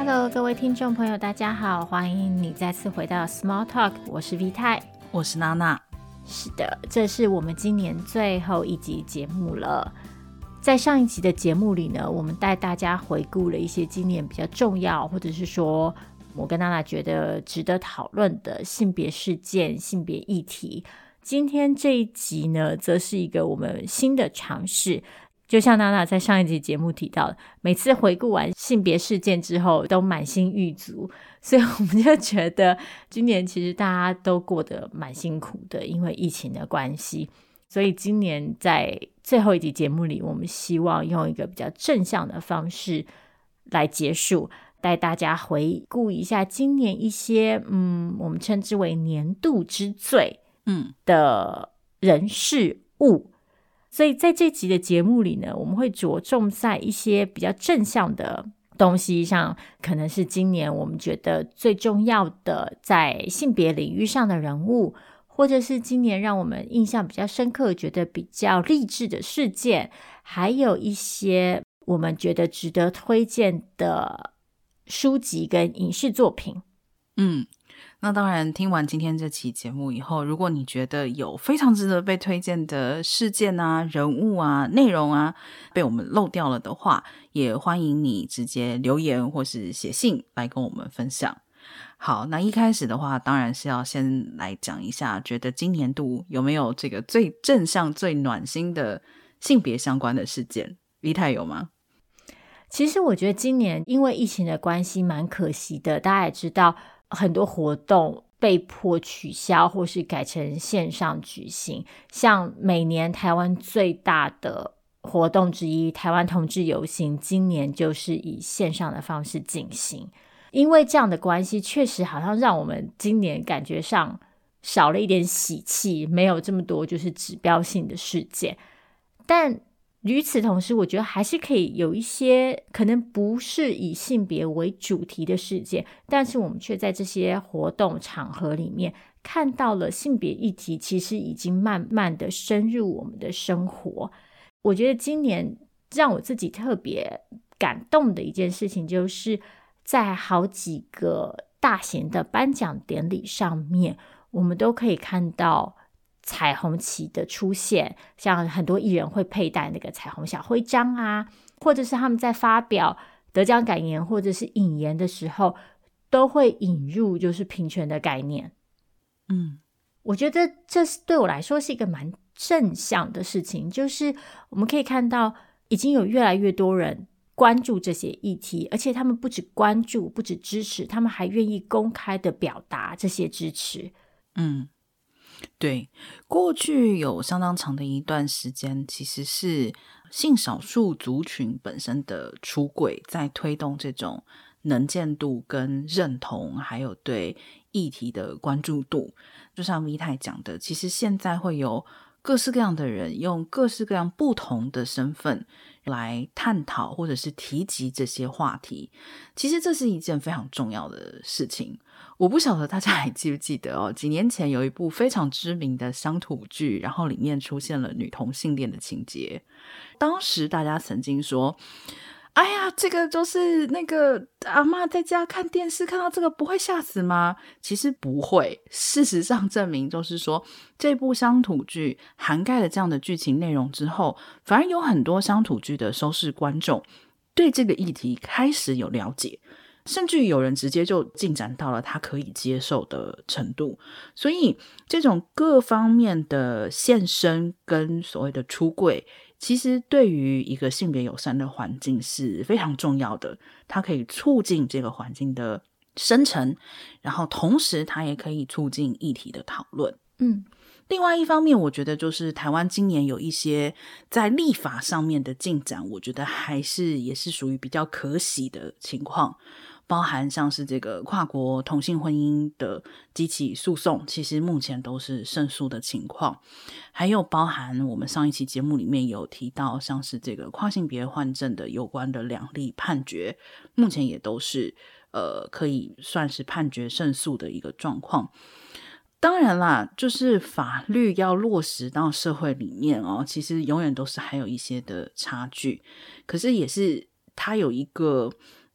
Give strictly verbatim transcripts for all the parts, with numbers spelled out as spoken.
Hello， 各位听众朋友，大家好，欢迎你再次回到 Small Talk， 我是 V 太， 我是娜娜。 是的，这是我们今年最后一集节目了。在上一集的节目里呢，我们带大家回顾了一些今年比较重要，或者是说我跟娜娜觉得值得讨论的性别事件、性别议题。今天这一集呢，则是一个我们新的尝试。就像娜娜在上一集节目提到的，每次回顾完性别事件之后都满心郁足，所以我们就觉得今年其实大家都过得蛮辛苦的，因为疫情的关系。所以今年在最后一集节目里，我们希望用一个比较正向的方式来结束，带大家回顾一下今年一些嗯，我们称之为年度之最的人事物。所以在这集的节目里呢，我们会着重在一些比较正向的东西，像可能是今年我们觉得最重要的在性别领域上的人物，或者是今年让我们印象比较深刻觉得比较励志的事件，还有一些我们觉得值得推荐的书籍跟影视作品。 嗯，那当然听完今天这期节目以后，如果你觉得有非常值得被推荐的事件啊、人物啊、内容啊被我们漏掉了的话，也欢迎你直接留言或是写信来跟我们分享。好，那一开始的话当然是要先来讲一下，觉得今年度有没有这个最正向最暖心的性别相关的事件。 V 太有吗？ 其实我觉得今年因为疫情的关系蛮可惜的，大家也知道很多活动被迫取消或是改成线上举行，像每年台湾最大的活动之一台湾同志游行，今年就是以线上的方式进行。因为这样的关系，确实好像让我们今年感觉上少了一点喜气，没有这么多就是指标性的事件。但与此同时，我觉得还是可以有一些可能不是以性别为主题的事件，但是我们却在这些活动场合里面看到了性别议题其实已经慢慢的深入我们的生活。我觉得今年让我自己特别感动的一件事情，就是在好几个大型的颁奖典礼上面，我们都可以看到彩虹旗的出现，像很多艺人会佩戴那个彩虹小徽章啊，或者是他们在发表得奖感言或者是引言的时候，都会引入就是平权的概念。 嗯， 我觉得这是对我来说是一个蛮正向的事情，就是我们可以看到已经有越来越多人关注这些议题，而且他们不只关注，不只支持，他们还愿意公开的表达这些支持。 嗯，对，过去有相当长的一段时间，其实是性少数族群本身的出柜在推动这种能见度跟认同，还有对议题的关注度。就像 V 太讲的，其实现在会有各式各样的人用各式各样不同的身份来探讨或者是提及这些话题，其实这是一件非常重要的事情。我不晓得大家还记不记得哦，几年前有一部非常知名的乡土剧，然后里面出现了女同性恋的情节。当时大家曾经说，哎呀，这个就是那个阿嬷在家看电视看到这个不会吓死吗？其实不会，事实上证明就是说，这部乡土剧涵盖了这样的剧情内容之后，反而有很多乡土剧的收视观众对这个议题开始有了解，甚至有人直接就进展到了他可以接受的程度。所以这种各方面的现身跟所谓的出柜，其实对于一个性别友善的环境是非常重要的，它可以促进这个环境的生成，然后同时它也可以促进议题的讨论。 嗯， 另外一方面，我觉得就是台湾今年有一些在立法上面的进展，我觉得还是也是属于比较可喜的情况，包含像是这个跨国同性婚姻的激起诉讼，其实目前都是胜诉的情况。还有包含我们上一期节目里面有提到，像是这个跨性别换证的有关的两例判决，目前也都是呃可以算是判决胜诉的一个状况。当然啦，就是法律要落实到社会里面哦，其实永远都是还有一些的差距，可是也是它有一个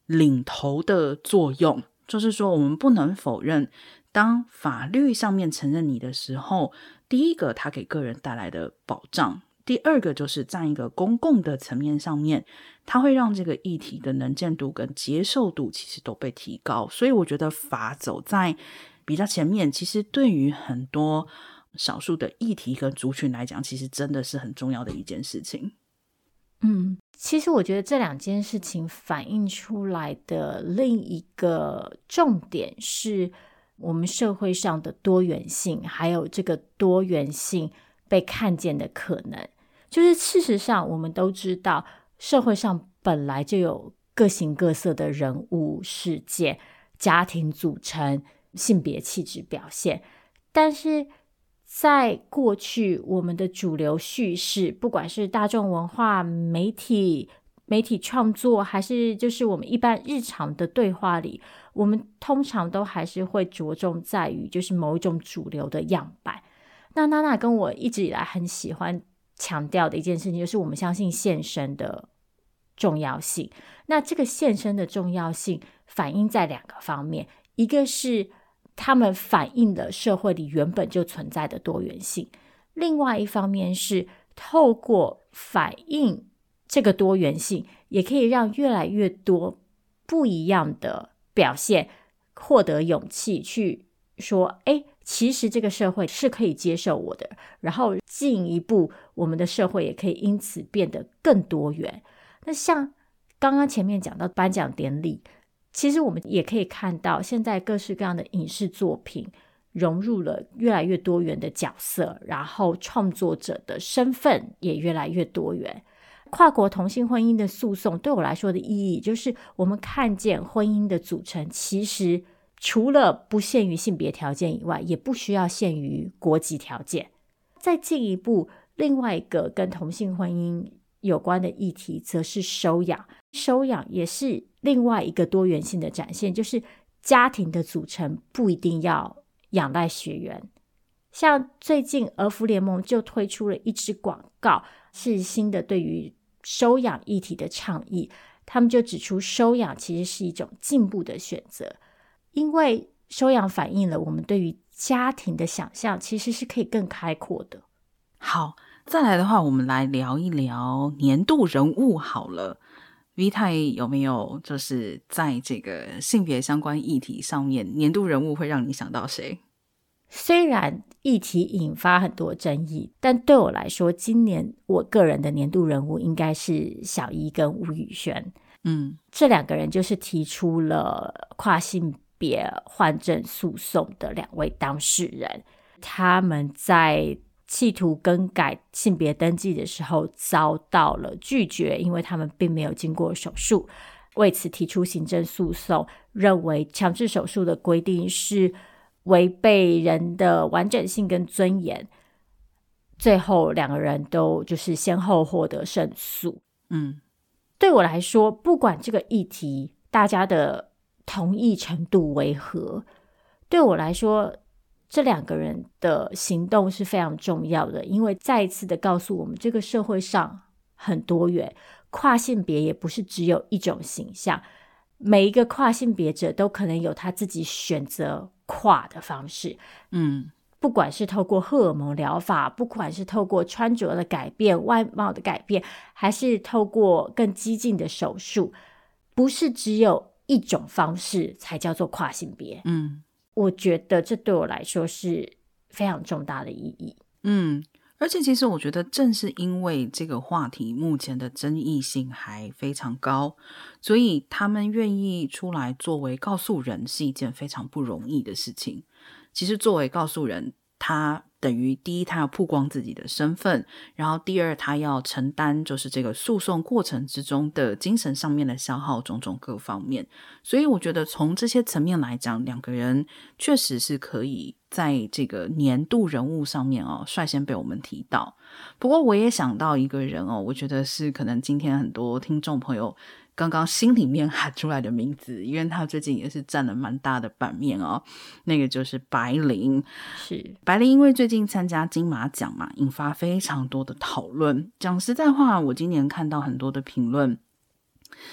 领头的作用，就是说我们不能否认，当法律上面承认你的时候，第一个它给个人带来的保障，第二个就是在一个公共的层面上面，它会让这个议题的能见度跟接受度其实都被提高。所以我觉得法走在比较前面，其实对于很多少数的议题跟族群来讲，其实真的是很重要的一件事情。 嗯，其实我觉得这两件事情反映出来的另一个重点是我们社会上的多元性，还有这个多元性被看见的可能。就是事实上我们都知道，社会上本来就有各形各色的人物、事件、家庭组成、性别气质表现，但是在过去我们的主流叙事，不管是大众文化、媒体媒体创作，还是就是我们一般日常的对话里，我们通常都还是会着重在于就是某一种主流的样板。那娜娜跟我一直以来很喜欢强调的一件事情，就是我们相信现身的重要性。那这个现身的重要性反映在两个方面，一个是他们反映了社会里原本就存在的多元性，另外一方面是透过反映这个多元性，也可以让越来越多不一样的表现获得勇气去说，诶，其实这个社会是可以接受我的，然后进一步我们的社会也可以因此变得更多元。那像刚刚前面讲到颁奖典礼，其实我们也可以看到现在各式各样的影视作品融入了越来越多元的角色，然后创作者的身份也越来越多元。跨国同性婚姻的诉讼对我来说的意义，就是我们看见婚姻的组成其实除了不限于性别条件以外，也不需要限于国籍条件。再进一步，另外一个跟同性婚姻有关的议题则是收养。收养也是另外一个多元性的展现，就是家庭的组成不一定要仰赖血缘。像最近儿福联盟就推出了一支广告，是新的对于收养议题的倡议。他们就指出，收养其实是一种进步的选择，因为收养反映了我们对于家庭的想象其实是可以更开阔的。 好，再来的话，我们来聊一聊年度人物好了。V 太有没有就是在这个性别相关议题上面，年度人物会让你想到谁？ 虽然议题引发很多争议，但对我来说，今年我个人的年度人物应该是小一跟吴宇轩。 嗯， 这两个人就是提出了跨性别换证诉讼的两位当事人，他们在企图更改性别登记的时候遭到了拒绝，因为他们并没有经过手术，为此提出行政诉讼，认为强制手术的规定是违背人的完整性跟尊严。最后两个人都就是先后获得胜诉。 嗯， 对我来说，不管这个议题大家的同意程度为何，对我来说这两个人的行动是非常重要的，因为再一次的告诉我们，这个社会上很多元，跨性别也不是只有一种形象，每一个跨性别者都可能有他自己选择跨的方式。 嗯， 不管是透过荷尔蒙疗法，不管是透过穿着的改变、外貌的改变，还是透过更激进的手术，不是只有一种方式才叫做跨性别。 嗯， 我觉得这对我来说是非常重大的意义。 嗯，而且其实我觉得正是因为这个话题目前的争议性还非常高，所以他们愿意出来作为告诉人是一件非常不容易的事情。其实作为告诉人，他等于第一他要曝光自己的身份，然后第二他要承担就是这个诉讼过程之中的精神上面的消耗，种种各方面。所以我觉得从这些层面来讲，两个人确实是可以在这个年度人物上面哦率先被我们提到。不过我也想到一个人哦，我觉得是可能今天很多听众朋友刚刚心里面喊出来的名字，因为他最近也是占了蛮大的版面哦，那个就是白灵。 是白灵因为最近参加金马奖嘛，引发非常多的讨论。讲实在话，我今年看到很多的评论，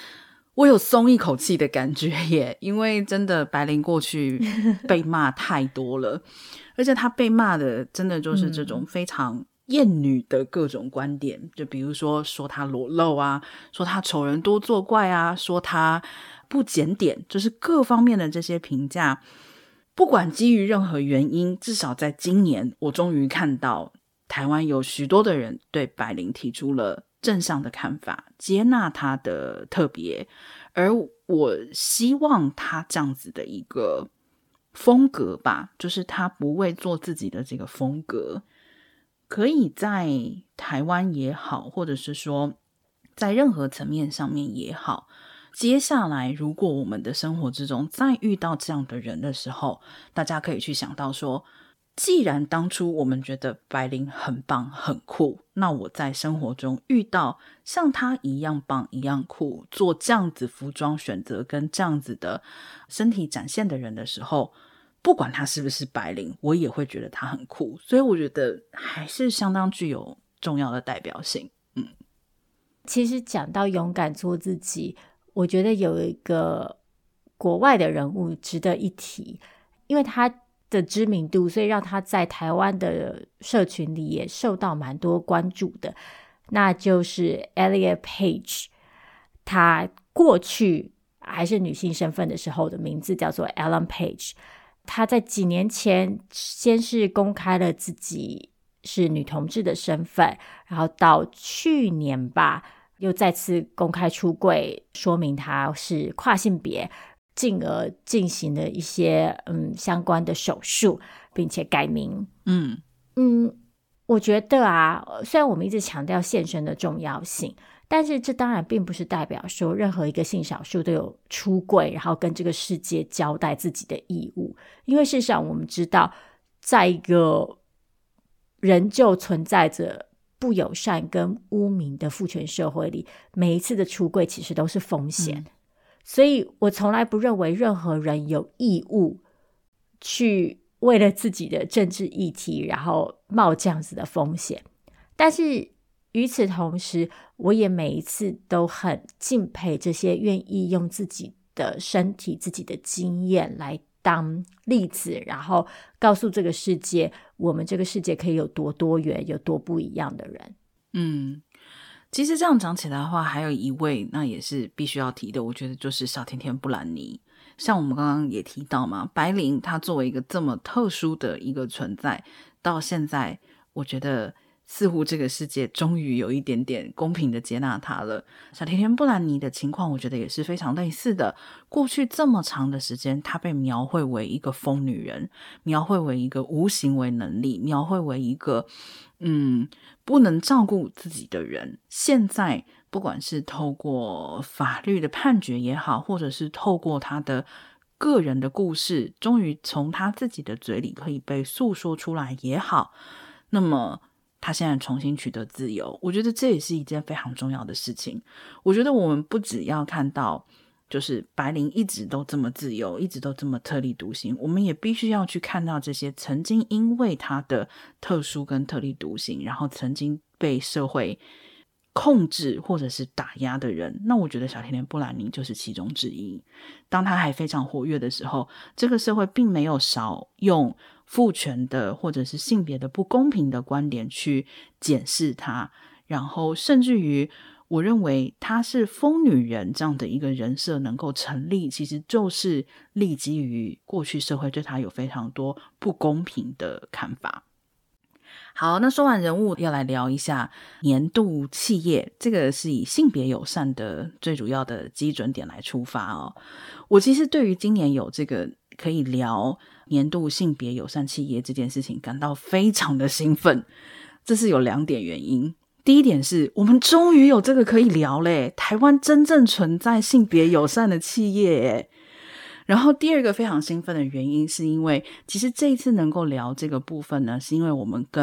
我有松一口气的感觉耶，因为真的白灵过去被骂太多了而且他被骂的真的就是这种非常厌女的各种观点、嗯、就比如说说他裸露啊，说他丑人多作怪啊，说他不检点，就是各方面的这些评价，不管基于任何原因，至少在今年我终于看到台湾有许多的人对白灵提出了正向的看法，接纳他的特别，而我希望他这样子的一个风格吧，就是他不为做自己的这个风格，可以在台湾也好，或者是说在任何层面上面也好，接下来如果我们的生活之中再遇到这样的人的时候，大家可以去想到说，既然当初我们觉得白灵很棒很酷，那我在生活中遇到像他一样棒一样酷，做这样子服装选择跟这样子的身体展现的人的时候，不管他是不是白灵，我也会觉得他很酷，所以我觉得还是相当具有重要的代表性。嗯， 其实讲到勇敢做自己，我觉得有一个国外的人物值得一提，因为他的知名度，所以让他在台湾的社群里也受到蛮多关注的，那就是 Elliot Page。 他过去还是女性身份的时候的名字叫做 Ellen Page。 他在几年前先是公开了自己是女同志的身份，然后到去年吧又再次公开出柜，说明他是跨性别，进而进行了一些嗯相关的手术，并且改名。 嗯嗯，我觉得啊，虽然我们一直强调现身的重要性，但是这当然并不是代表说任何一个性少数都有出柜，然后跟这个世界交代自己的义务。因为事实上我们知道，在一个仍旧存在着不友善跟污名的父权社会里，每一次的出柜其实都是风险、嗯、所以我从来不认为任何人有义务去为了自己的政治议题然后冒这样子的风险。但是与此同时，我也每一次都很敬佩这些愿意用自己的身体自己的经验来当例子，然后告诉这个世界我们这个世界可以有多多元有多不一样的人。 嗯，其实这样讲起来的话，还有一位那也是必须要提的，我觉得就是小甜甜布兰妮。像我们刚刚也提到嘛，白灵她作为一个这么特殊的一个存在，到现在我觉得似乎这个世界终于有一点点公平的接纳她了。小甜甜布兰妮的情况我觉得也是非常类似的，过去这么长的时间，她被描绘为一个疯女人，描绘为一个无行为能力，描绘为一个嗯不能照顾自己的人。现在不管是透过法律的判决也好，或者是透过她的个人的故事，终于从她自己的嘴里可以被诉说出来也好，那么他现在重新取得自由，我觉得这也是一件非常重要的事情。我觉得我们不只要看到就是白灵一直都这么自由，一直都这么特立独行，我们也必须要去看到这些曾经因为他的特殊跟特立独行，然后曾经被社会控制或者是打压的人。那我觉得小甜甜布兰妮就是其中之一。当他还非常活跃的时候，这个社会并没有少用父权的或者是性别的不公平的观点去检视他，然后甚至于我认为她是疯女人这样的一个人设能够成立，其实就是立基于过去社会对她有非常多不公平的看法。好，那说完人物，要来聊一下年度企业，这个是以性别友善的最主要的基准点来出发哦。我其实对于今年有这个可以聊年度性别友善企业这件事情感到非常的兴奋，这是有两点原因。第一点是我们终于有这个可以聊嘞，台湾真正存在性别友善的企业耶。然后第二个非常兴奋的原因是因为其实这一次能够聊这个部分呢，是因为我们跟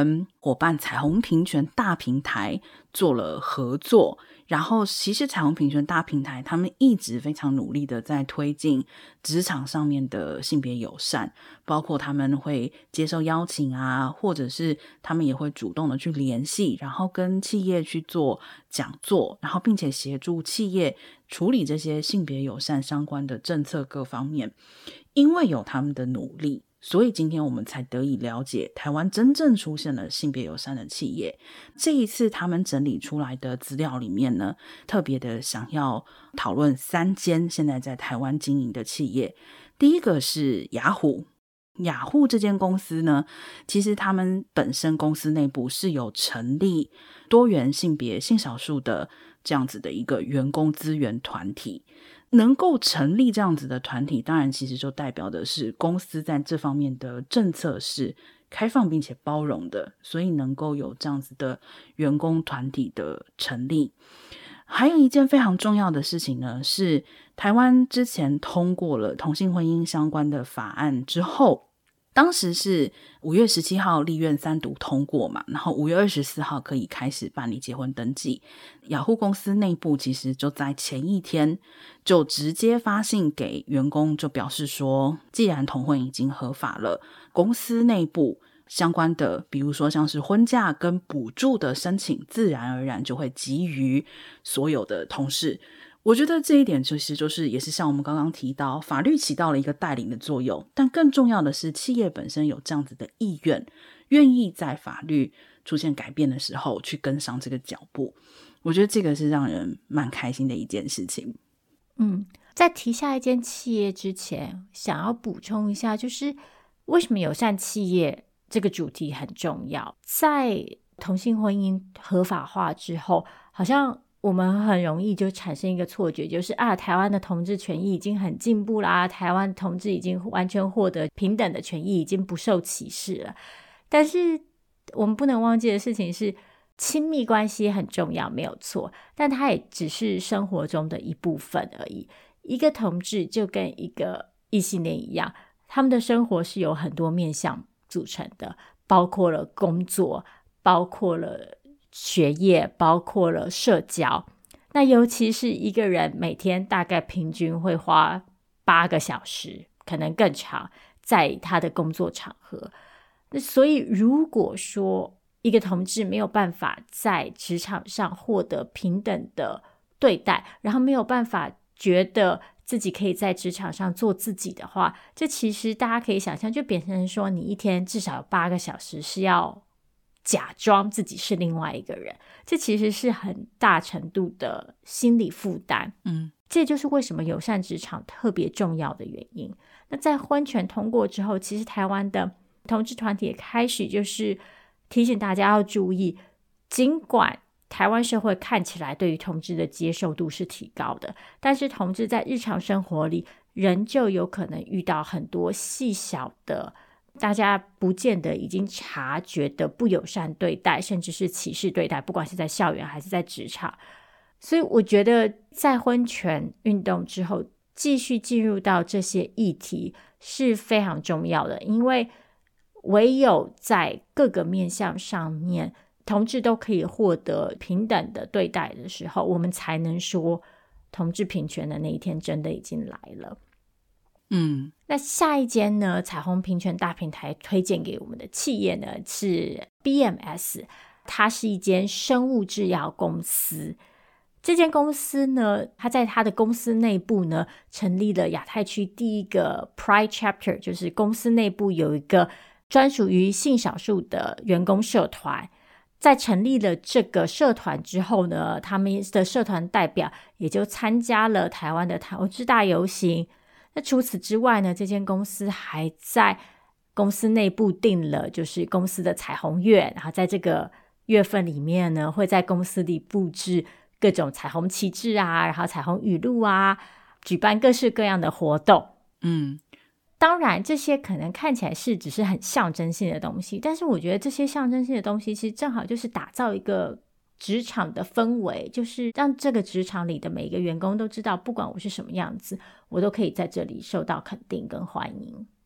伙伴彩虹平权大平台做了合作。然后其实彩虹平权大平台他们一直非常努力的在推进职场上面的性别友善，包括他们会接受邀请啊，或者是他们也会主动的去联系，然后跟企业去做讲座，然后并且协助企业处理这些性别友善相关的政策各方面。因为有他们的努力，所以今天我们才得以了解台湾真正出现了性别友善的企业。这一次他们整理出来的资料里面呢，特别的想要讨论三间现在在台湾经营的企业。第一个是雅虎。雅虎这间公司呢，其实他们本身公司内部是有成立多元性别性少数的这样子的一个员工资源团体。能够成立这样子的团体，当然其实就代表的是公司在这方面的政策是开放并且包容的，所以能够有这样子的员工团体的成立。还有一件非常重要的事情呢，是台湾之前通过了同性婚姻相关的法案之后，当时是五月十七号立院三读通过嘛，然后五月二十四号可以开始办理结婚登记。雅虎公司内部其实就在前一天就直接发信给员工，就表示说既然同婚已经合法了，公司内部相关的比如说像是婚假跟补助的申请自然而然就会给予所有的同事。我觉得这一点其实就是也是像我们刚刚提到，法律起到了一个带领的作用，但更重要的是企业本身有这样子的意愿，愿意在法律出现改变的时候去跟上这个脚步。我觉得这个是让人蛮开心的一件事情。 嗯，在提下一间企业之前，想要补充一下，就是为什么友善企业这个主题很重要。在同性婚姻合法化之后，好像我们很容易就产生一个错觉，就是啊，台湾的同志权益已经很进步啦，台湾同志已经完全获得平等的权益，已经不受歧视了。但是我们不能忘记的事情是，亲密关系很重要，没有错，但它也只是生活中的一部分而已。一个同志就跟一个异性恋一样，他们的生活是由很多面向组成的，包括了工作，包括了学业，包括了社交。那尤其是一个人每天大概平均会花八个小时，可能更长，在他的工作场合。所以如果说一个同志没有办法在职场上获得平等的对待，然后没有办法觉得自己可以在职场上做自己的话，这其实大家可以想象，就变成说你一天至少有八个小时是要假装自己是另外一个人，这其实是很大程度的心理负担。 嗯， 这就是为什么友善职场特别重要的原因。那在婚权通过之后，其实台湾的同志团体也开始就是提醒大家要注意，尽管台湾社会看起来对于同志的接受度是提高的，但是同志在日常生活里仍旧有可能遇到很多细小的大家不见得已经察觉的不友善对待，甚至是歧视对待，不管是在校园还是在职场。所以我觉得在婚权运动之后继续进入到这些议题是非常重要的，因为唯有在各个面向上面同志都可以获得平等的对待的时候，我们才能说同志平权的那一天真的已经来了。 嗯， 那下一间呢，彩虹平权大平台推荐给我们的企业呢是 B M S， 它是一间生物制药公司。这间公司呢，它在它的公司内部呢成立了亚太区第一个 Pride Chapter， 就是公司内部有一个专属于性少数的员工社团。在成立了这个社团之后呢，他们的社团代表也就参加了台湾的同志大游行。那除此之外呢，这间公司还在公司内部定了就是公司的彩虹月，然后在这个月份里面呢，会在公司里布置各种彩虹旗帜啊，然后彩虹语录啊，举办各式各样的活动。 嗯， 当然这些可能看起来是只是很象征性的东西，但是我觉得这些象征性的东西其实正好就是打造一个职场的氛围，就是让这个职场里的每一个员工都知道，不管我是什么样子，我都可以在这里受到肯定跟欢迎。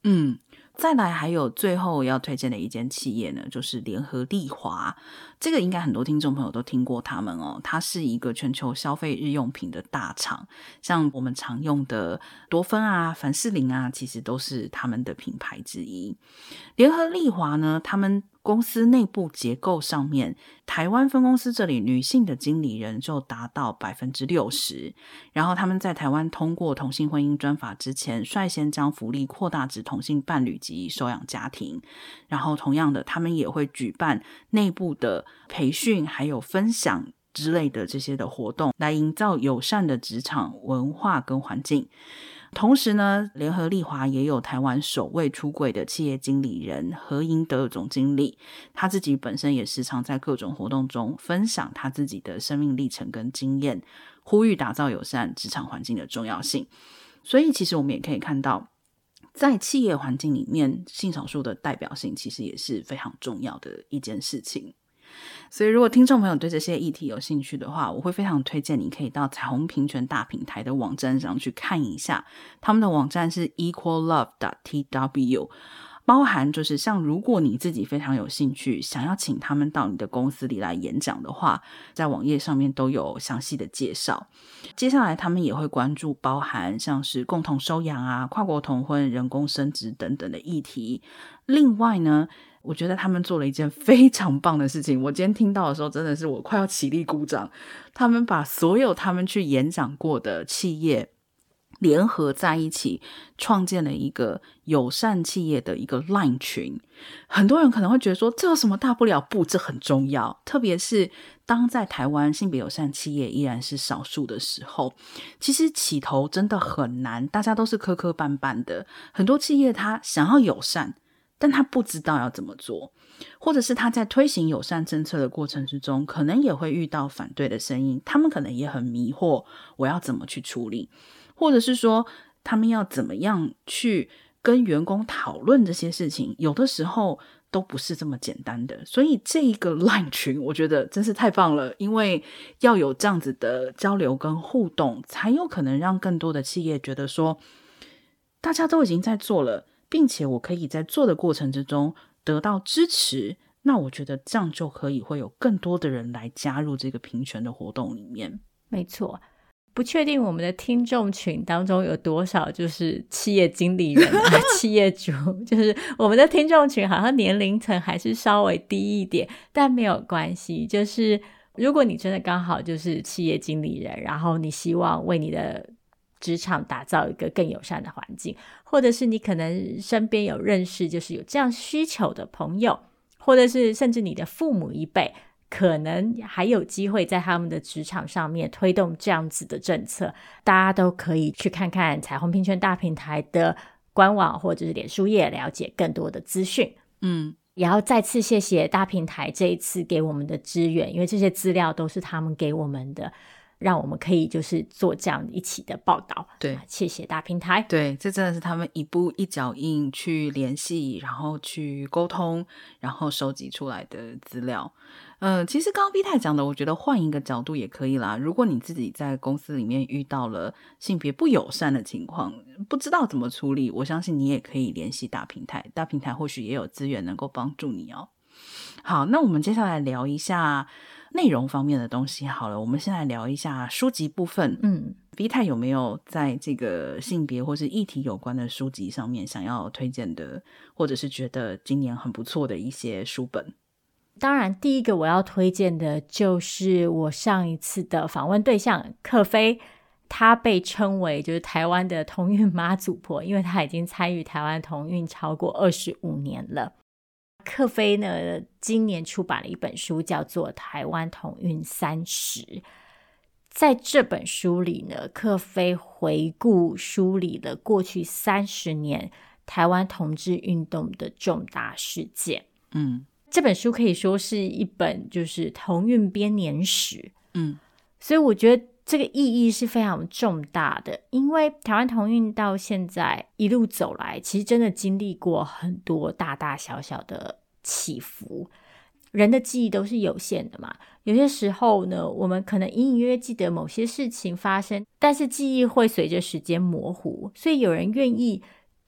嗯，再来还有最后要推荐的一间企业呢，就是联合利华。这个应该很多听众朋友都听过他们哦，它是一个全球消费日用品的大厂，像我们常用的多芬啊、凡士林啊，其实都是他们的品牌之一。联合利华呢，他们公司内部结构上面，台湾分公司这里女性的经理人就达到 百分之六十， 然后他们在台湾通过同性婚姻专法之前，率先将福利扩大至同性伴侣及收养家庭，然后同样的他们也会举办内部的培训还有分享之类的这些的活动，来营造友善的职场文化跟环境。同时呢，联合利华也有台湾首位出柜的企业经理人何盈德总经理，他自己本身也时常在各种活动中分享他自己的生命历程跟经验，呼吁打造友善职场环境的重要性。所以其实我们也可以看到，在企业环境里面，性少数的代表性其实也是非常重要的一件事情。所以如果听众朋友对这些议题有兴趣的话，我会非常推荐你可以到彩虹平权大平台的网站上去看一下，他们的网站是 equal love dot t w， 包含就是像如果你自己非常有兴趣想要请他们到你的公司里来演讲的话，在网页上面都有详细的介绍。接下来他们也会关注包含像是共同收养啊、跨国同婚、人工生殖等等的议题。另外呢，我觉得他们做了一件非常棒的事情，我今天听到的时候真的是我快要起立鼓掌。他们把所有他们去演讲过的企业联合在一起，创建了一个友善企业的一个 LINE 群。很多人可能会觉得说这有什么大不了，不，这很重要，特别是当在台湾性别友善企业依然是少数的时候，其实起头真的很难，大家都是磕磕绊绊的。很多企业他想要友善，但他不知道要怎么做，或者是他在推行友善政策的过程之中，可能也会遇到反对的声音，他们可能也很迷惑，我要怎么去处理，或者是说他们要怎么样去跟员工讨论这些事情，有的时候都不是这么简单的。所以这一个 LINE 群我觉得真是太棒了，因为要有这样子的交流跟互动，才有可能让更多的企业觉得说大家都已经在做了，并且我可以在做的过程之中得到支持，那我觉得这样就可以会有更多的人来加入这个平权的活动里面。 没错，不确定我们的听众群当中有多少就是企业经理人啊企业主，就是我们的听众群好像年龄层还是稍微低一点，但没有关系，就是如果你真的刚好就是企业经理人，然后你希望为你的职场打造一个更友善的环境，或者是你可能身边有认识就是有这样需求的朋友，或者是甚至你的父母一辈可能还有机会在他们的职场上面推动这样子的政策，大家都可以去看看彩虹平权大平台的官网或者是脸书页，了解更多的资讯。 嗯， 也要再次谢谢大平台这一次给我们的支援，因为这些资料都是他们给我们的，让我们可以就是做这样一起的报道。 对， 谢谢大平台。 对，这真的是他们一步一脚印去联系，然后去沟通，然后收集出来的资料。呃，其实刚刚 B 太讲的，我觉得换一个角度也可以啦。如果你自己在公司里面遇到了性别不友善的情况，不知道怎么处理，我相信你也可以联系大平台，大平台或许也有资源能够帮助你哦。好，那我们接下来聊一下内容方面的东西好了。我们先来聊一下书籍部分。 嗯 B 太有没有在这个性别或是议题有关的书籍上面想要推荐的，或者是觉得今年很不错的一些书本？ 当然第一个我要推荐的就是我上一次的访问对象克菲，她被称为就是台湾的同运妈祖婆，因为她已经参与台湾同运超过二十五年了。克菲呢今年出版了一本书叫做《台湾同运三十》，在这本书里呢，克菲回顾梳理了过去三十年台湾同志运动的重大事件。 嗯， 这本书可以说是一本就是同运编年史。 嗯， 所以我觉得这个意义是非常重大的，因为台湾同运到现在一路走来，其实真的经历过很多大大小小的起伏。人的记忆都是有限的嘛，有些时候呢，我们可能隐隐约约记得某些事情发生，但是记忆会随着时间模糊，所以有人愿意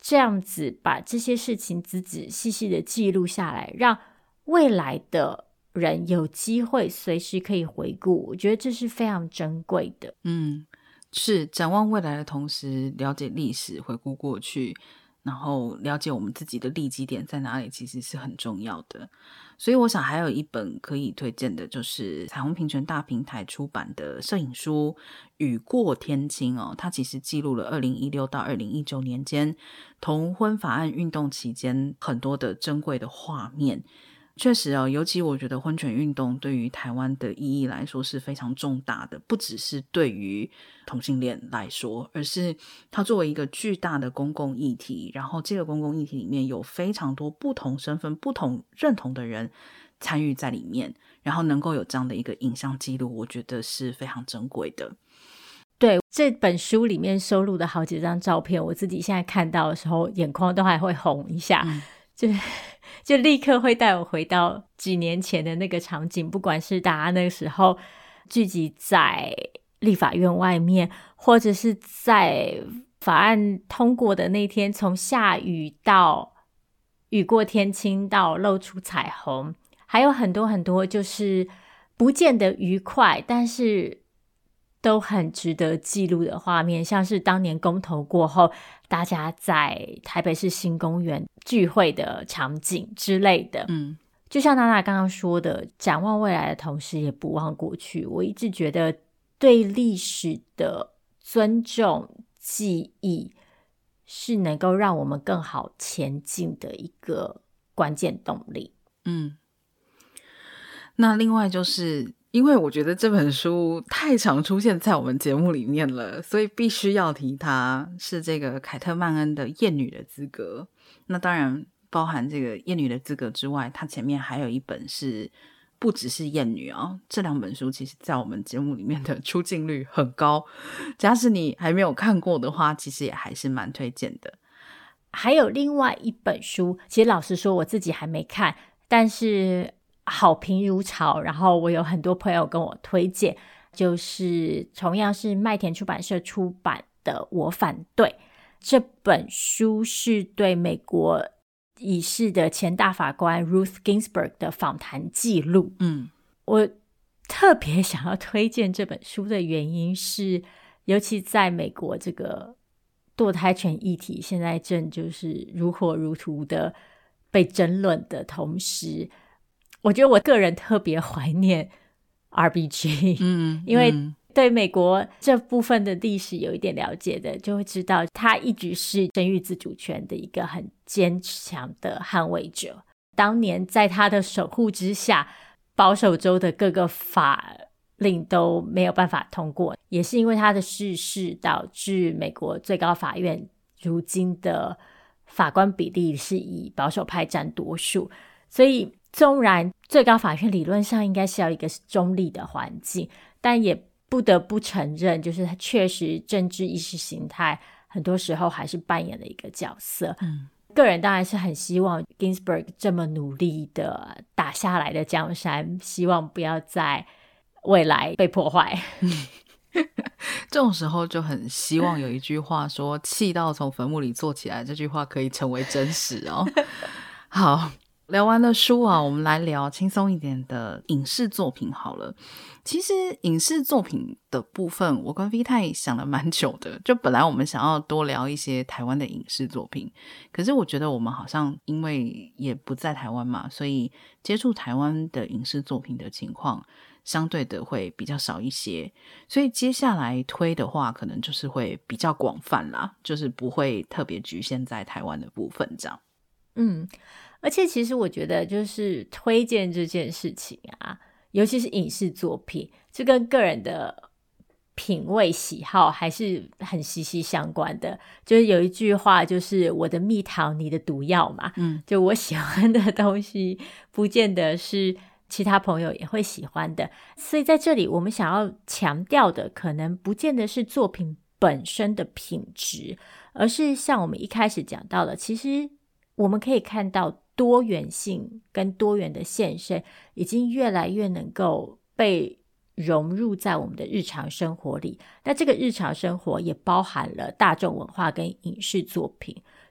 这样子把这些事情仔仔细细的记录下来，让未来的人有机会随时可以回顾，我觉得这是非常珍贵的。 嗯，是展望未来的同时了解历史，回顾过去，然后了解我们自己的立基点在哪里，其实是很重要的。所以我想还有一本可以推荐的，就是彩虹平权大平台出版的摄影书《雨过天晴》哦，它其实记录了二零一六到二零一九年间同婚法案运动期间很多的珍贵的画面。确实哦，尤其我觉得婚权运动对于台湾的意义来说是非常重大的，不只是对于同性恋来说，而是它作为一个巨大的公共议题，然后这个公共议题里面有非常多不同身份、不同认同的人参与在里面，然后能够有这样的一个影像记录，我觉得是非常珍贵的。 对，这本书里面收录的好几张照片，我自己现在看到的时候眼眶都还会红一下、嗯、就就立刻会带我回到几年前的那个场景，不管是大家那个时候聚集在立法院外面，或者是在法案通过的那天，从下雨到雨过天晴到露出彩虹，还有很多很多就是不见得愉快，但是都很值得记录的画面，像是当年公投过后大家在台北市新公园聚会的场景之类的。嗯，就像娜娜刚刚说的，展望未来的同时也不忘过去，我一直觉得对历史的尊重记忆是能够让我们更好前进的一个关键动力。 嗯，那另外就是因为我觉得这本书太常出现在我们节目里面了，所以必须要提它，是这个凯特曼恩的《厌女的资格》。那当然包含这个《厌女的资格》之外，它前面还有一本是不只是厌女啊，这两本书其实在我们节目里面的出镜率很高，假使你还没有看过的话，其实也还是蛮推荐的。 还有另外一本书，其实老实说我自己还没看，但是好评如潮，然后我有很多朋友跟我推荐，就是同样是麦田出版社出版的《我反对》。这本书是对美国已逝的前大法官 Ruth Ginsburg 的访谈记录。嗯，我特别想要推荐这本书的原因是，尤其在美国这个堕胎权议题现在正就是如火如荼的被争论的同时，我觉得我个人特别怀念 R B G。 嗯，因为对美国这部分的历史有一点了解的就会知道，他一直是生育自主权的一个很坚强的捍卫者。当年在他的守护之下，保守州的各个法令都没有办法通过，也是因为他的逝世导致美国最高法院如今的法官比例是以保守派占多数。所以纵然最高法院理论上应该是要一个中立的环境，但也不得不承认，就是他确实政治意识形态很多时候还是扮演了一个角色。嗯，个人当然是很希望 Ginsburg 这么努力的打下来的江山，希望不要在未来被破坏。 这种时候就很希望有一句话说气到从坟墓里坐起来，这句话可以成为真实哦。好，聊完了书啊，我们来聊轻松一点的影视作品好了。其实影视作品的部分我跟 V 太想了蛮久的，就本来我们想要多聊一些台湾的影视作品，可是我觉得我们好像因为也不在台湾嘛，所以接触台湾的影视作品的情况相对的会比较少一些，所以接下来推的话可能就是会比较广泛啦，就是不会特别局限在台湾的部分这样。 嗯，而且其实我觉得就是推荐这件事情啊，尤其是影视作品，这跟个人的品味喜好还是很息息相关的。就是有一句话，就是我的蜜桃你的毒药嘛。嗯，就我喜欢的东西不见得是其他朋友也会喜欢的，所以在这里我们想要强调的可能不见得是作品本身的品质，而是像我们一开始讲到的，其实我们可以看到多元性跟多元的现身已经越来越能够被融入在我们的日常生活里。那这个日常生活也包含了大众文化跟影视作品，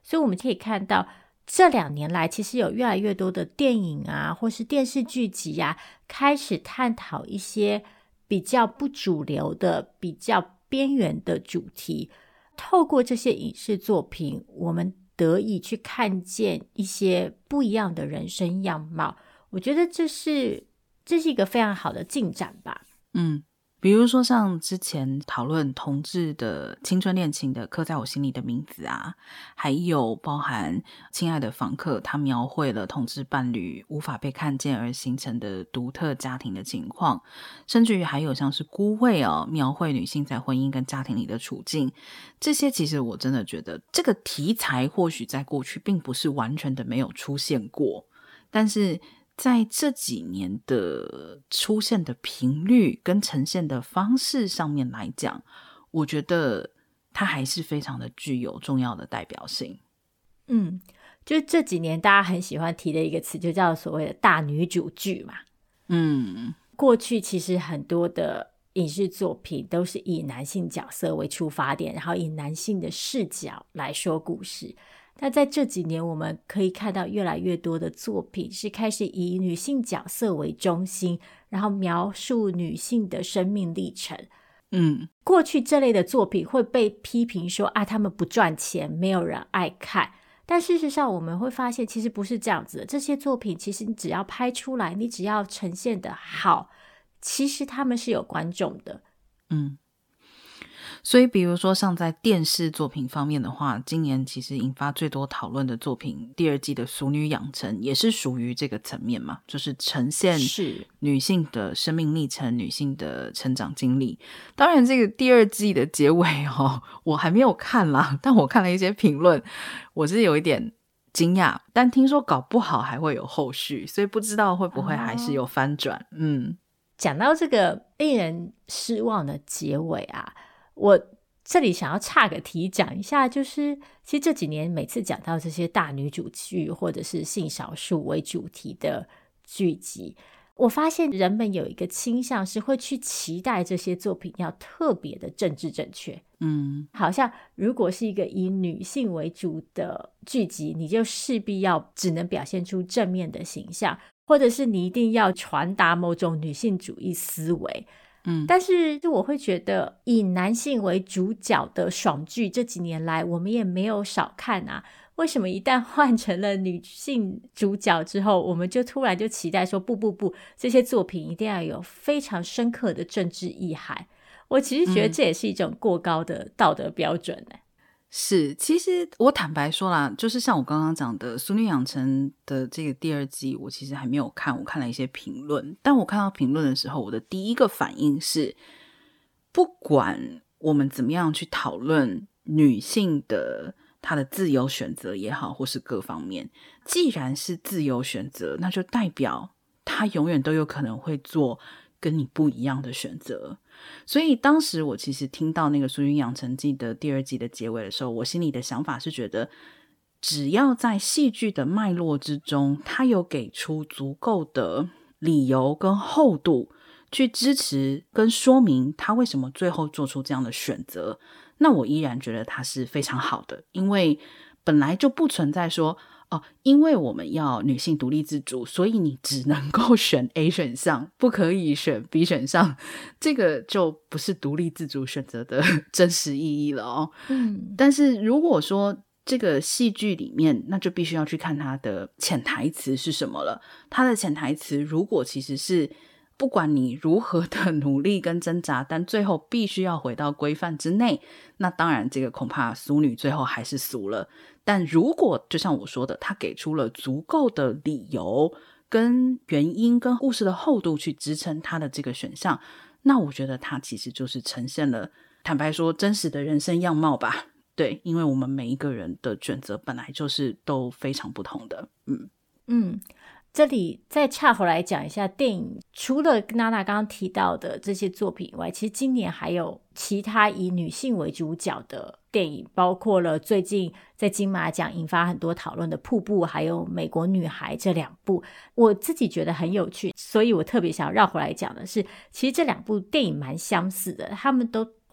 所以我们可以看到这两年来其实有越来越多的电影啊或是电视剧集啊开始探讨一些比较不主流的比较边缘的主题，透过这些影视作品我们得以去看见一些不一样的人生样貌，我觉得这是这是一个非常好的进展吧。 嗯，比如说像之前讨论同志的青春恋情的刻在我心里的名字啊，还有包含亲爱的房客，他描绘了同志伴侣无法被看见而形成的独特家庭的情况，甚至于还有像是孤味哦，描绘女性在婚姻跟家庭里的处境，这些其实我真的觉得这个题材或许在过去并不是完全的没有出现过，但是在这几年的出现的频率跟呈现的方式上面来讲，我觉得它还是非常的具有重要的代表性。 嗯，就这几年大家很喜欢提的一个词就叫所谓的大女主剧嘛。 嗯， 过去其实很多的影视作品都是以男性角色为出发点，然后以男性的视角来说故事，那在这几年我们可以看到越来越多的作品是开始以女性角色为中心，然后描述女性的生命历程。 嗯， 过去这类的作品会被批评说啊，他们不赚钱，没有人爱看，但事实上我们会发现其实不是这样子的，这些作品其实你只要拍出来，你只要呈现的好，其实他们是有观众的。 嗯，所以比如说像在电视作品方面的话，今年其实引发最多讨论的作品第二季的《俗女养成》也是属于这个层面嘛，就是呈现女性的生命历程，女性的成长经历。当然这个第二季的结尾哦，我还没有看啦，但我看了一些评论，我是有一点惊讶，但听说搞不好还会有后续，所以不知道会不会还是有翻转。哦、嗯， 讲到这个令人失望的结尾啊，我这里想要岔个题讲一下，就是其实这几年每次讲到这些大女主剧或者是性少数为主题的剧集，我发现人们有一个倾向是会去期待这些作品要特别的政治正确。嗯，好像如果是一个以女性为主的剧集，你就势必要只能表现出正面的形象，或者是你一定要传达某种女性主义思维。嗯，但是我会觉得以男性为主角的爽剧这几年来我们也没有少看啊，为什么一旦换成了女性主角之后，我们就突然就期待说不不不，这些作品一定要有非常深刻的政治意涵？我其实觉得这也是一种过高的道德标准、欸嗯、 是，其实我坦白说啦，就是像我刚刚讲的《俗女养成》的这个第二季，我其实还没有看，我看了一些评论，但我看到评论的时候，我的第一个反应是，不管我们怎么样去讨论女性的她的自由选择也好，或是各方面，既然是自由选择，那就代表她永远都有可能会做跟你不一样的选择。所以当时我其实听到那个《俗女养成记》的第二季的结尾的时候，我心里的想法是觉得，只要在戏剧的脉络之中，它有给出足够的理由跟厚度去支持跟说明他为什么最后做出这样的选择，那我依然觉得它是非常好的，因为本来就不存在说哦，因为我们要女性独立自主，所以你只能够选 A 选项，不可以选 B 选项，这个就不是独立自主选择的真实意义了哦。嗯，但是如果说这个戏剧里面，那就必须要去看它的潜台词是什么了。它的潜台词如果其实是不管你如何的努力跟挣扎，但最后必须要回到规范之内，那当然这个恐怕俗女最后还是俗了。但如果就像我说的，他给出了足够的理由跟原因跟故事的厚度去支撑他的这个选项，那我觉得他其实就是呈现了，坦白说真实的人生样貌吧。对，因为我们每一个人的选择本来就是都非常不同的。嗯嗯，这里再岔回来讲一下电影，除了娜娜刚刚提到的这些作品以外，其实今年还有其他以女性为主角的电影，包括了最近在金马奖引发很多讨论的《瀑布》还有《美国女孩》这两部，我自己觉得很有趣，所以我特别想要绕回来讲的是，其实这两部电影蛮相似的，他们都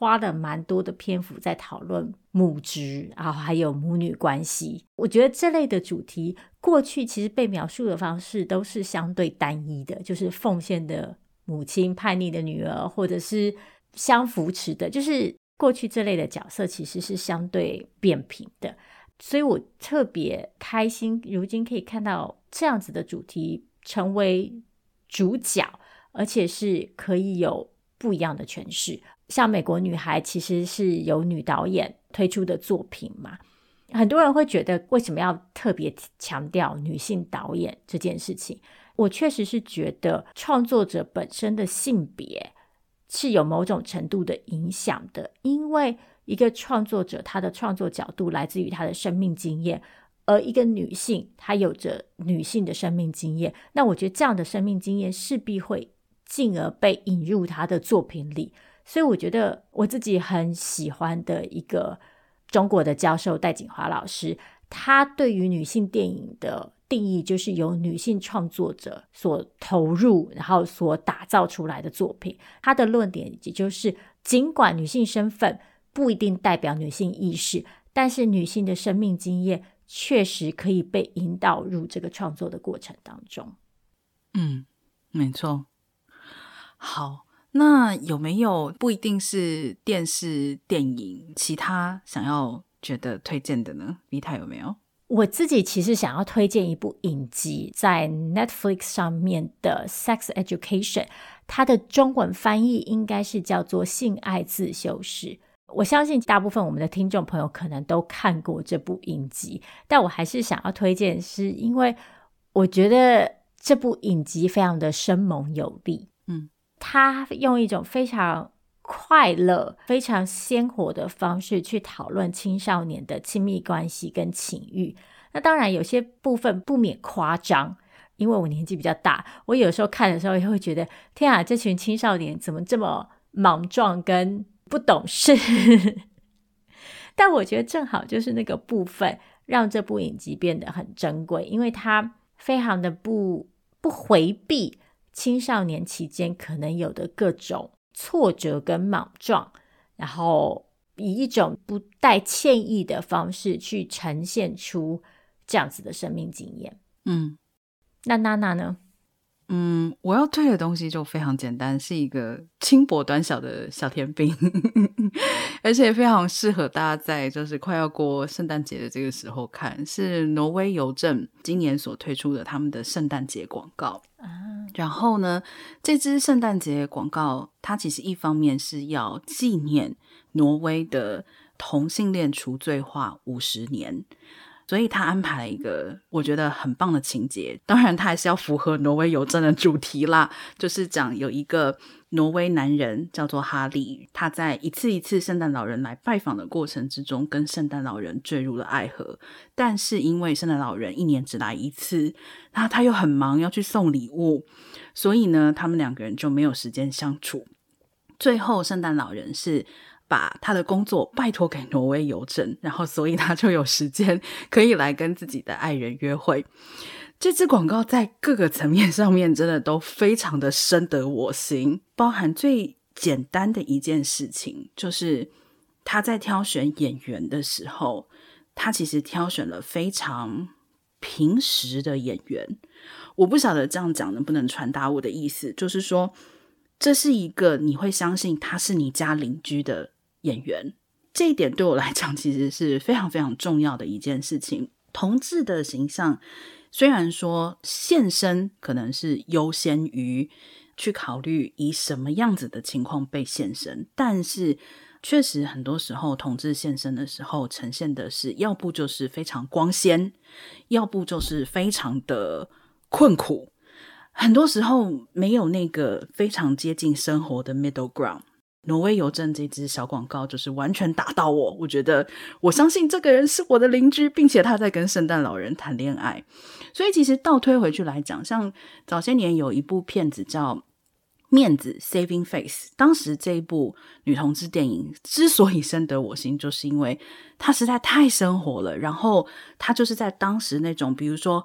花了蛮多的篇幅在讨论母职，然后还有母女关系。我觉得这类的主题过去其实被描述的方式都是相对单一的，就是奉献的母亲、叛逆的女儿，或者是相扶持的，就是过去这类的角色其实是相对扁平的。所以我特别开心如今可以看到这样子的主题成为主角，而且是可以有不一样的诠释。像美国女孩其实是由女导演推出的作品嘛，很多人会觉得为什么要特别强调女性导演这件事情。我确实是觉得创作者本身的性别是有某种程度的影响的，因为一个创作者他的创作角度来自于他的生命经验，而一个女性她有着女性的生命经验，那我觉得这样的生命经验势必会进而被引入她的作品里。所以我觉得我自己很喜欢的一个中国的教授戴锦华老师，他对于女性电影的定义就是由女性创作者所投入然后所打造出来的作品。他的论点也就是尽管女性身份不一定代表女性意识，但是女性的生命经验确实可以被引导入这个创作的过程当中。 嗯，没错。好，那有没有不一定是电视电影其他想要觉得推荐的呢？ Vita 有没有？ 我自己其实想要推荐一部影集，在 Netflix 上面的 Sex Education， 它的中文翻译应该是叫做性爱自修室。我相信大部分我们的听众朋友可能都看过这部影集，但我还是想要推荐，是因为我觉得这部影集非常的生猛有力。 嗯， 它用一种非常快乐非常鲜活的方式去讨论青少年的亲密关系跟情欲。那当然有些部分不免夸张，因为我年纪比较大，我有时候看的时候也会觉得天啊，这群青少年怎么这么莽撞跟不懂事但我觉得正好就是那个部分让这部影集变得很珍贵，因为它非常的不不回避青少年期间可能有的各种挫折跟莽撞，然后以一种不带歉意的方式去呈现出这样子的生命经验。 嗯， 那娜娜呢？ 嗯，我要推的东西就非常简单，是一个轻薄短小的小甜饼而且非常适合大家在就是快要过圣诞节的这个时候看，是挪威邮政今年所推出的他们的圣诞节广告啊。然后呢，这支圣诞节广告它其实一方面是要纪念挪威的同性恋除罪化五十年，所以他安排了一个我觉得很棒的情节，当然他还是要符合挪威邮政的主题啦，就是讲有一个挪威男人叫做哈利，他在一次一次圣诞老人来拜访的过程之中跟圣诞老人坠入了爱河，但是因为圣诞老人一年只来一次，然后他又很忙要去送礼物，所以呢他们两个人就没有时间相处。最后圣诞老人是把他的工作拜托给挪威邮政，然后所以他就有时间可以来跟自己的爱人约会。这支广告在各个层面上面真的都非常的深得我心，包含最简单的一件事情，就是他在挑选演员的时候，他其实挑选了非常平实的演员。我不晓得这样讲能不能传达我的意思，就是说这是一个你会相信他是你家邻居的演员，这一点对我来讲其实是非常非常重要的一件事情。同志的形象虽然说现身可能是优先于去考虑以什么样子的情况被现身，但是确实很多时候同志现身的时候呈现的是要不就是非常光鲜，要不就是非常的困苦，很多时候没有那个非常接近生活的 middle ground。挪威邮政这支小广告就是完全打到我，我觉得我相信这个人是我的邻居，并且他在跟圣诞老人谈恋爱。所以其实倒推回去来讲，像早些年有一部片子叫面子 Saving Face， 当时这一部女同志电影之所以深得我心，就是因为它实在太生活了，然后它就是在当时那种比如说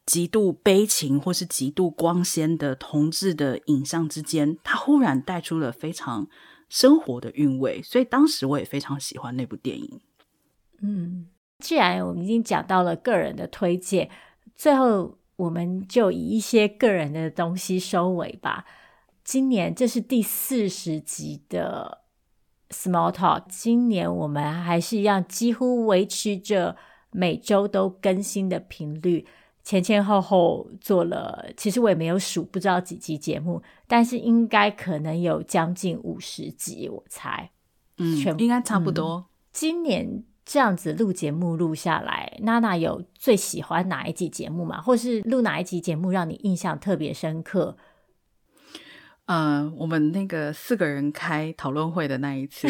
极度悲情或是极度光鲜的同志的影像之间，它忽然带出了非常生活的韵味，所以当时我也非常喜欢那部电影。 嗯，既然我们已经讲到了个人的推荐，最后我们就以一些个人的东西收尾吧。今年这是第四十集的 Small Talk， 今年我们还是一样几乎维持着每周都更新的频率，前前后后做了，其实我也没有数，不知道几集节目，但是应该可能有将近五十集，我猜。 嗯，应该差不多、 嗯、今年这样子录节目录下来，娜娜有最喜欢哪一集节目吗？或是录哪一集节目让你印象特别深刻？ 呃，我们那个四个人开讨论会的那一次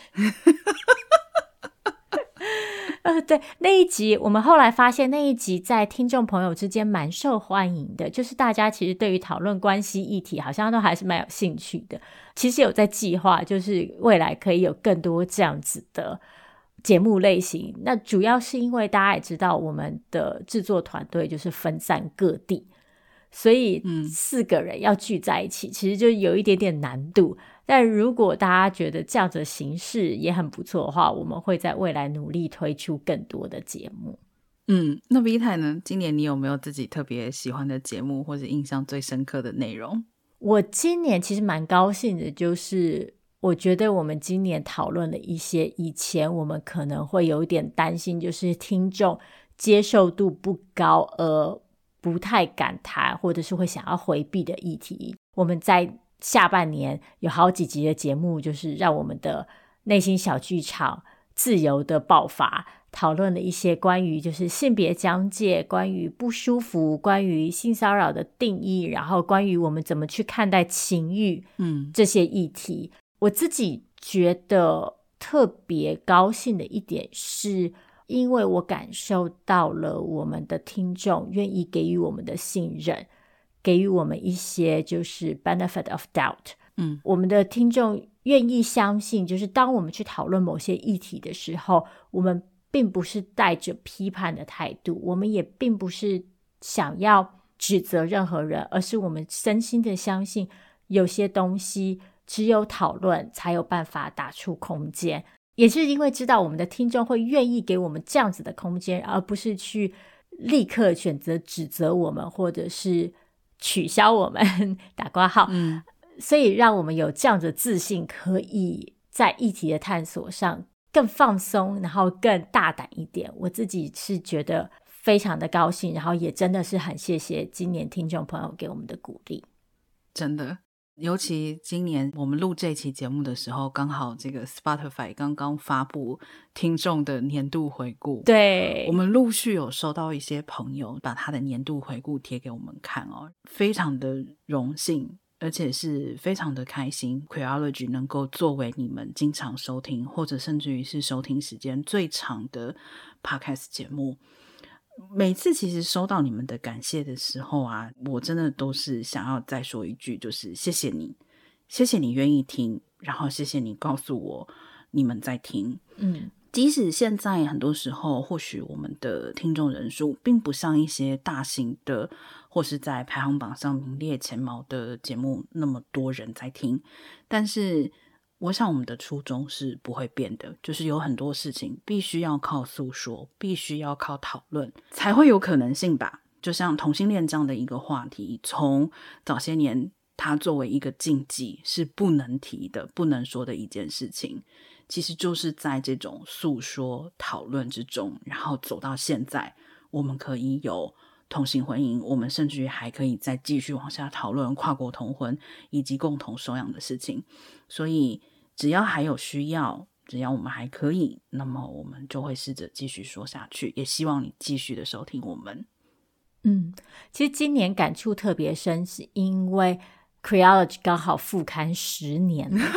呃，对，那一集我们后来发现那一集在听众朋友之间蛮受欢迎的，就是大家其实对于讨论关系议题好像都还是蛮有兴趣的。其实有在计划，就是未来可以有更多这样子的节目类型。那主要是因为大家也知道我们的制作团队就是分散各地，所以四个人要聚在一起、嗯、其实就有一点点难度。但如果大家觉得这样子的形式也很不错的话，我们会在未来努力推出更多的节目。 嗯，那 V 太呢？今年你有没有自己特别喜欢的节目或者印象最深刻的内容？ 我今年其实蛮高兴的，就是我觉得我们今年讨论了一些以前我们可能会有一点担心，就是听众接受度不高而不太敢谈或者是会想要回避的议题。我们在下半年有好几集的节目，就是让我们的内心小剧场自由的爆发，讨论了一些关于就是性别疆界，关于不舒服，关于性骚扰的定义，然后关于我们怎么去看待情欲，嗯，这些议题。我自己觉得特别高兴的一点是，因为我感受到了我们的听众愿意给予我们的信任，给予我们一些就是 benefit of doubt， 嗯，我们的听众愿意相信，就是当我们去讨论某些议题的时候，我们并不是带着批判的态度，我们也并不是想要指责任何人，而是我们真心的相信有些东西只有讨论才有办法打出空间，也是因为知道我们的听众会愿意给我们这样子的空间，而不是去立刻选择指责我们或者是取消我们打括号、嗯、所以让我们有这样的自信，可以在议题的探索上更放松，然后更大胆一点。我自己是觉得非常的高兴，然后也真的是很谢谢今年听众朋友给我们的鼓励。 真的，尤其今年我们录这期节目的时候，刚好这个 Spotify 刚刚发布听众的年度回顾， 对， 我们陆续有收到一些朋友把他的年度回顾贴给我们看哦，非常的荣幸，而且是非常的开心 Queerology 能够作为你们经常收听或者甚至于是收听时间最长的 Podcast 节目。每次其实收到你们的感谢的时候啊，我真的都是想要再说一句，就是谢谢你，谢谢你愿意听，然后谢谢你告诉我你们在听。嗯，即使现在很多时候或许我们的听众人数并不像一些大型的或是在排行榜上名列前茅的节目那么多人在听，但是我想我们的初衷是不会变的，就是有很多事情必须要靠诉说，必须要靠讨论才会有可能性吧。就像同性恋这样的一个话题，从早些年它作为一个禁忌是不能提的不能说的一件事情，其实就是在这种诉说讨论之中，然后走到现在我们可以有同性婚姻，我们甚至于还可以再继续往下讨论跨国同婚以及共同收养的事情。所以只要还有需要，只要我们还可以，那么我们就会试着继续说下去，也希望你继续的收听我们。 嗯，其实今年感触特别深，是因为 Queerology 刚好复刊十年了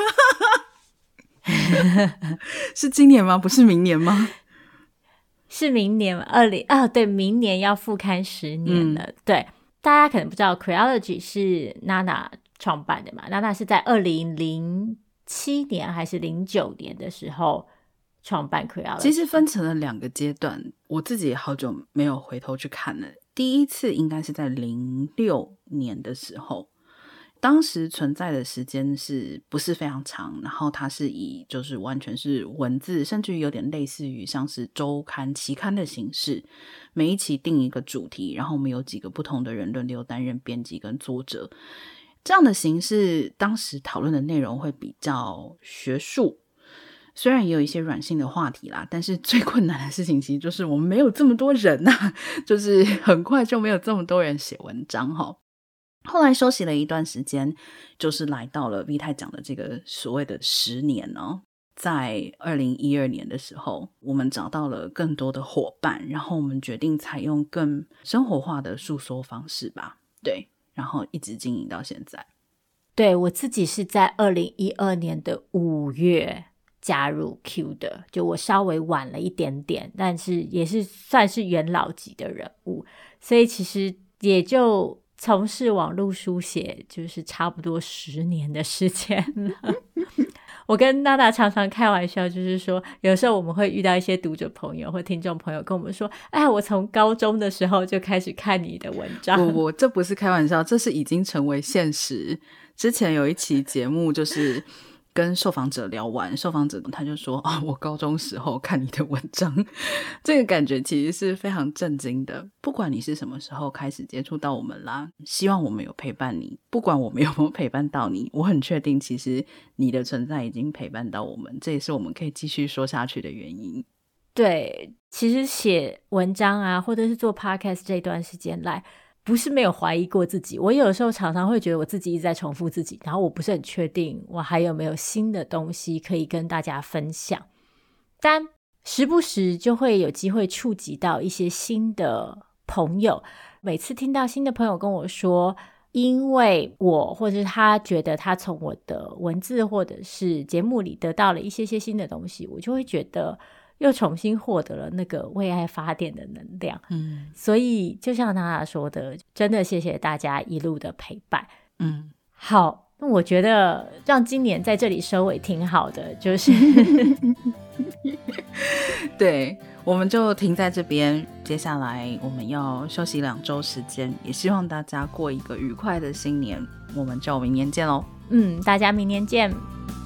是今年吗？不是明年吗？ 是明年二零啊，对，明年要复刊十年了、嗯、对，大家可能不知道 Queerology 是娜娜创办的嘛，娜娜是在二零零七年还是零九年的时候创办 Queerology。 其实分成了两个阶段，我自己也好久没有回头去看了。 第一次应该是在零六年的时候，当时存在的时间是不是非常长，然后它是以就是完全是文字，甚至于有点类似于像是周刊期刊的形式，每一期定一个主题，然后我们有几个不同的人轮流担任编辑跟作者，这样的形式当时讨论的内容会比较学术，虽然也有一些软性的话题啦，但是最困难的事情其实就是我们没有这么多人啊，就是很快就没有这么多人写文章齁。后来休息了一段时间，就是来到了 V 太讲的这个所谓的十年哦。在二零一二年的时候，我们找到了更多的伙伴，然后我们决定采用更生活化的述说方式吧，对，然后一直经营到现在。 对，我自己是在二零一二年的五月加入 Q 的，就我稍微晚了一点点，但是也是算是元老级的人物，所以其实也就从事网络书写就是差不多十年的时间了。我跟娜娜常常开玩笑，就是说有时候我们会遇到一些读者朋友或听众朋友跟我们说，哎，我从高中的时候就开始看你的文章。 不不，这不是开玩笑，这是已经成为现实。之前有一期节目就是跟受访者聊完，受访者他就说，哦，我高中时候看你的文章，这个感觉其实是非常震惊的。不管你是什么时候开始接触到我们啦，希望我们有陪伴你，不管我们有没有陪伴到你，我很确定其实你的存在已经陪伴到我们，这也是我们可以继续说下去的原因。 对，其实写文章啊或者是做 podcast 这段时间来不是没有怀疑过自己，我有时候常常会觉得我自己一直在重复自己，然后我不是很确定我还有没有新的东西可以跟大家分享，但时不时就会有机会触及到一些新的朋友，每次听到新的朋友跟我说因为我或者是他觉得他从我的文字或者是节目里得到了一些些新的东西，我就会觉得又重新获得了那个为爱发电的能量。嗯，所以就像娜娜说的，真的谢谢大家一路的陪伴。嗯，好，那我觉得让今年在这里收尾挺好的，就是对，我们就停在这边，接下来我们要休息两周时间，也希望大家过一个愉快的新年，我们就明年见咯。 嗯，大家明年见。